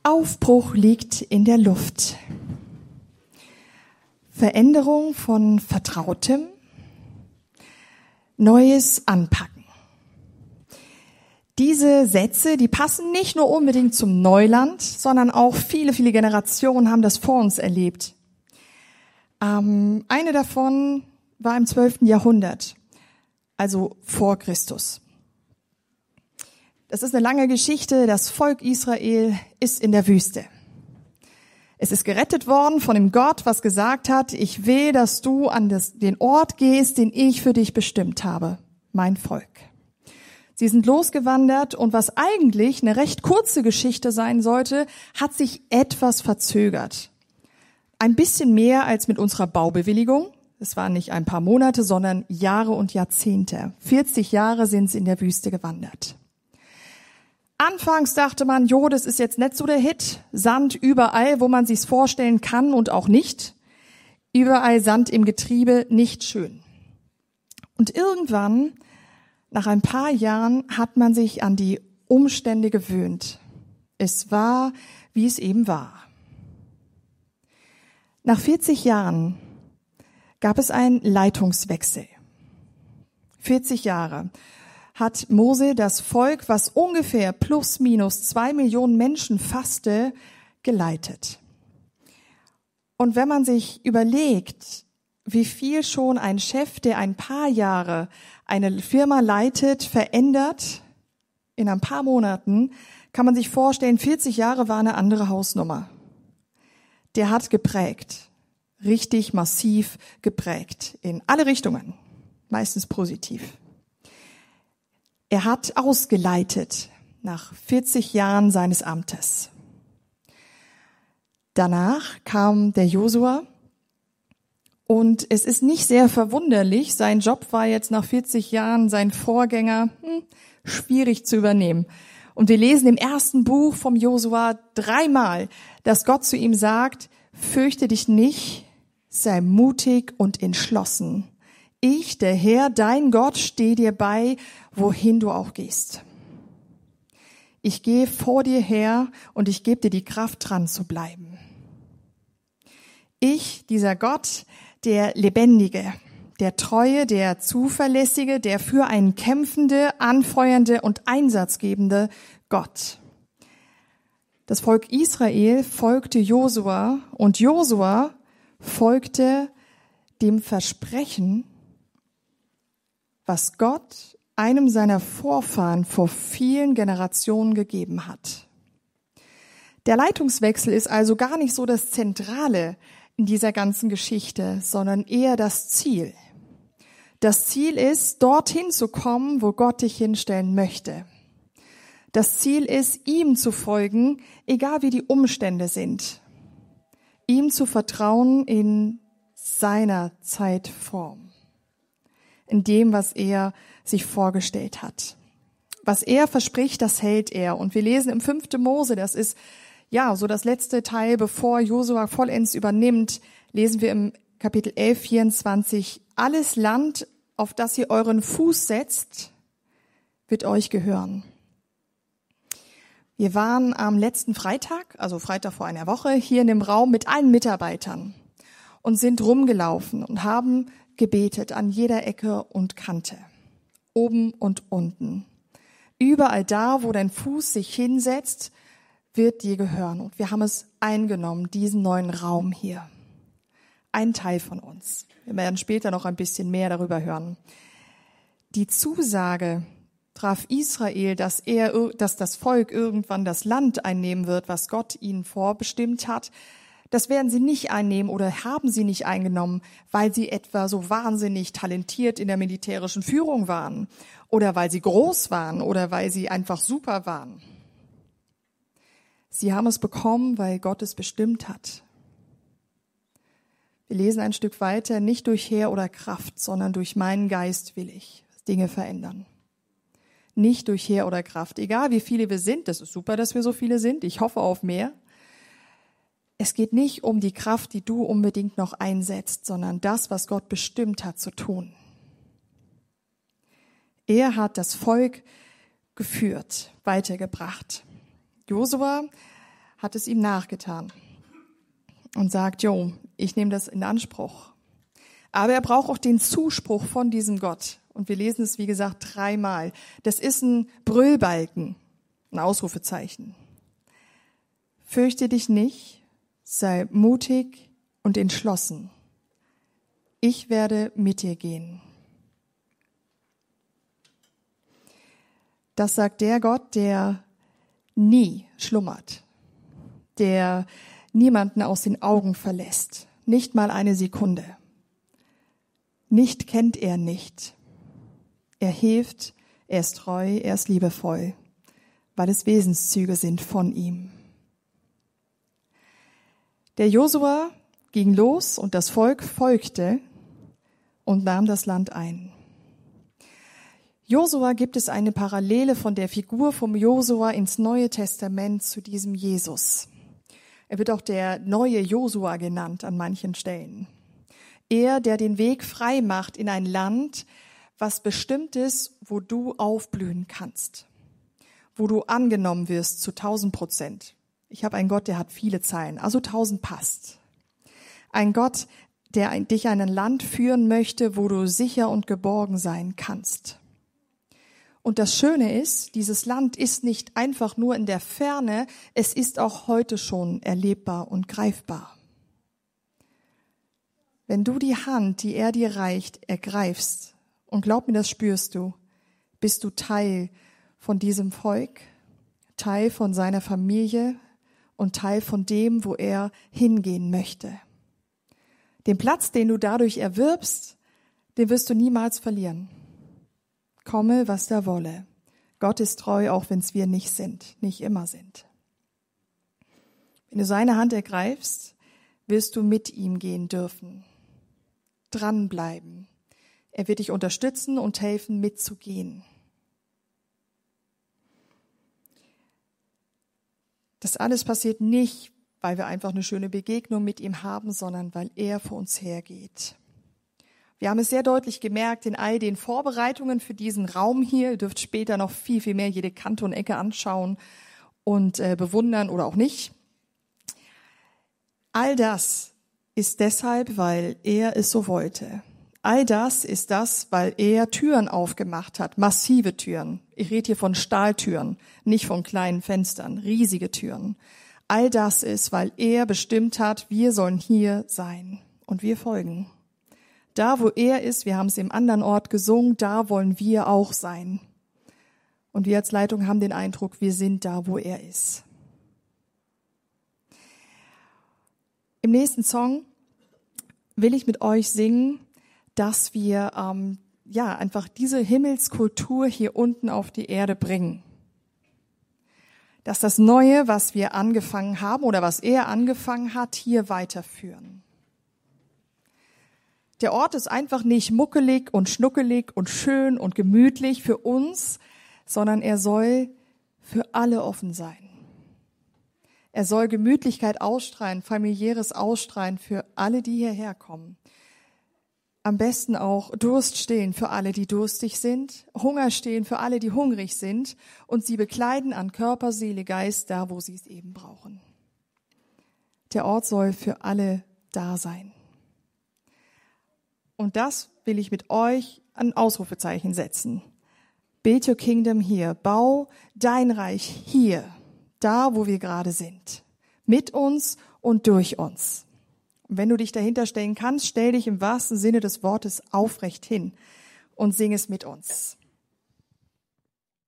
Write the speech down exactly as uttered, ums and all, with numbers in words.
Aufbruch liegt in der Luft. Veränderung von Vertrautem, Neues anpacken. Diese Sätze, die passen nicht nur unbedingt zum Neuland, sondern auch viele, viele Generationen haben das vor uns erlebt. Ähm, eine davon war im zwölften Jahrhundert, also vor Christus. Das ist eine lange Geschichte. Das Volk Israel ist in der Wüste. Es ist gerettet worden von dem Gott, was gesagt hat, ich will, dass du an das, den Ort gehst, den ich für dich bestimmt habe, mein Volk. Sie sind losgewandert und was eigentlich eine recht kurze Geschichte sein sollte, hat sich etwas verzögert. Ein bisschen mehr als mit unserer Baubewilligung. Es waren nicht ein paar Monate, sondern Jahre und Jahrzehnte. vierzig Jahre sind sie in der Wüste gewandert. Anfangs dachte man, jo, das ist jetzt nicht so der Hit. Sand überall, wo man sich's vorstellen kann und auch nicht. Überall Sand im Getriebe, nicht schön. Und irgendwann, nach ein paar Jahren, hat man sich an die Umstände gewöhnt. Es war, wie es eben war. Nach vierzig Jahren gab es einen Leitungswechsel. vierzig Jahre hat Mose das Volk, was ungefähr plus minus zwei Millionen Menschen fasste, geleitet. Und wenn man sich überlegt, wie viel schon ein Chef, der ein paar Jahre eine Firma leitet, verändert, in ein paar Monaten, kann man sich vorstellen, vierzig Jahre war eine andere Hausnummer. Der hat geprägt, richtig massiv geprägt, in alle Richtungen, meistens positiv. Er hat ausgeleitet nach vierzig Jahren seines Amtes. Danach kam der Josua und es ist nicht sehr verwunderlich, sein Job war jetzt nach vierzig Jahren sein Vorgänger hm, schwierig zu übernehmen. Und wir lesen im ersten Buch vom Josua dreimal, dass Gott zu ihm sagt, fürchte dich nicht, sei mutig und entschlossen. Ich, der Herr, dein Gott, stehe dir bei, wohin du auch gehst. Ich gehe vor dir her und ich gebe dir die Kraft, dran zu bleiben. Ich, dieser Gott, der Lebendige, der Treue, der Zuverlässige, der für einen kämpfende, anfeuernde und einsatzgebende Gott. Das Volk Israel folgte Josua und Josua folgte dem Versprechen, was Gott einem seiner Vorfahren vor vielen Generationen gegeben hat. Der Leitungswechsel ist also gar nicht so das Zentrale in dieser ganzen Geschichte, sondern eher das Ziel. Das Ziel ist, dorthin zu kommen, wo Gott dich hinstellen möchte. Das Ziel ist, ihm zu folgen, egal wie die Umstände sind. Ihm zu vertrauen in seiner Zeitform. In dem, was er sich vorgestellt hat. Was er verspricht, das hält er. Und wir lesen im fünften Mose, das ist ja so das letzte Teil, bevor Josua vollends übernimmt, lesen wir im Kapitel elf, vierundzwanzig, alles Land, auf das ihr euren Fuß setzt, wird euch gehören. Wir waren am letzten Freitag, also Freitag vor einer Woche, hier in dem Raum mit allen Mitarbeitern und sind rumgelaufen und haben gebetet an jeder Ecke und Kante, oben und unten. Überall da, wo dein Fuß sich hinsetzt, wird dir gehören. Und wir haben es eingenommen, diesen neuen Raum hier. Ein Teil von uns. Wir werden später noch ein bisschen mehr darüber hören. Die Zusage traf Israel, dass er, dass das Volk irgendwann das Land einnehmen wird, was Gott ihnen vorbestimmt hat. Das werden sie nicht einnehmen oder haben sie nicht eingenommen, weil sie etwa so wahnsinnig talentiert in der militärischen Führung waren oder weil sie groß waren oder weil sie einfach super waren. Sie haben es bekommen, weil Gott es bestimmt hat. Wir lesen ein Stück weiter, nicht durch Heer oder Kraft, sondern durch meinen Geist will ich Dinge verändern. Nicht durch Heer oder Kraft, egal wie viele wir sind, das ist super, dass wir so viele sind, ich hoffe auf mehr. Es geht nicht um die Kraft, die du unbedingt noch einsetzt, sondern das, was Gott bestimmt hat zu tun. Er hat das Volk geführt, weitergebracht. Josua hat es ihm nachgetan und sagt, jo, ich nehme das in Anspruch. Aber er braucht auch den Zuspruch von diesem Gott. Und wir lesen es, wie gesagt, dreimal. Das ist ein Brüllbalken, ein Ausrufezeichen. Fürchte dich nicht, sei mutig und entschlossen. Ich werde mit dir gehen. Das sagt der Gott, der nie schlummert, der niemanden aus den Augen verlässt, nicht mal eine Sekunde. Nicht kennt er nicht. Er hilft, er ist treu, er ist liebevoll, weil es Wesenszüge sind von ihm. Der Josua ging los und das Volk folgte und nahm das Land ein. Josua gibt es eine Parallele von der Figur vom Josua ins Neue Testament zu diesem Jesus. Er wird auch der neue Josua genannt an manchen Stellen. Er, der den Weg frei macht in ein Land, was bestimmt ist, wo du aufblühen kannst, wo du angenommen wirst zu tausend Prozent. Ich habe einen Gott, der hat viele Zeilen, also tausend passt. Ein Gott, der dich in ein Land führen möchte, wo du sicher und geborgen sein kannst. Und das Schöne ist, dieses Land ist nicht einfach nur in der Ferne, es ist auch heute schon erlebbar und greifbar. Wenn du die Hand, die er dir reicht, ergreifst, und glaub mir, das spürst du, bist du Teil von diesem Volk, Teil von seiner Familie und Teil von dem, wo er hingehen möchte. Den Platz, den du dadurch erwirbst, den wirst du niemals verlieren. Komme, was da wolle. Gott ist treu, auch wenn es wir nicht sind, nicht immer sind. Wenn du seine Hand ergreifst, wirst du mit ihm gehen dürfen. Dranbleiben. Er wird dich unterstützen und helfen, mitzugehen. Das alles passiert nicht, weil wir einfach eine schöne Begegnung mit ihm haben, sondern weil er vor uns hergeht. Wir haben es sehr deutlich gemerkt in all den Vorbereitungen für diesen Raum hier. Ihr dürft später noch viel, viel mehr jede Kante und Ecke anschauen und äh, bewundern oder auch nicht. All das ist deshalb, weil er es so wollte. All das ist das, weil er Türen aufgemacht hat, massive Türen. Ich rede hier von Stahltüren, nicht von kleinen Fenstern, riesige Türen. All das ist, weil er bestimmt hat, wir sollen hier sein und wir folgen. Da, wo er ist, wir haben es im anderen Ort gesungen, da wollen wir auch sein. Und wir als Leitung haben den Eindruck, wir sind da, wo er ist. Im nächsten Song will ich mit euch singen, dass wir ähm, ja einfach diese Himmelskultur hier unten auf die Erde bringen. Dass das Neue, was wir angefangen haben oder was er angefangen hat, hier weiterführen. Der Ort ist einfach nicht muckelig und schnuckelig und schön und gemütlich für uns, sondern er soll für alle offen sein. Er soll Gemütlichkeit ausstrahlen, familiäres ausstrahlen für alle, die hierher kommen. Am besten auch Durst stillen für alle, die durstig sind, Hunger stillen für alle, die hungrig sind und sie bekleiden an Körper, Seele, Geist, da, wo sie es eben brauchen. Der Ort soll für alle da sein. Und das will ich mit euch an Ausrufezeichen setzen. Build your kingdom here. Bau dein Reich hier, da, wo wir gerade sind. Mit uns und durch uns. Und wenn du dich dahinter stellen kannst, stell dich im wahrsten Sinne des Wortes aufrecht hin und sing es mit uns.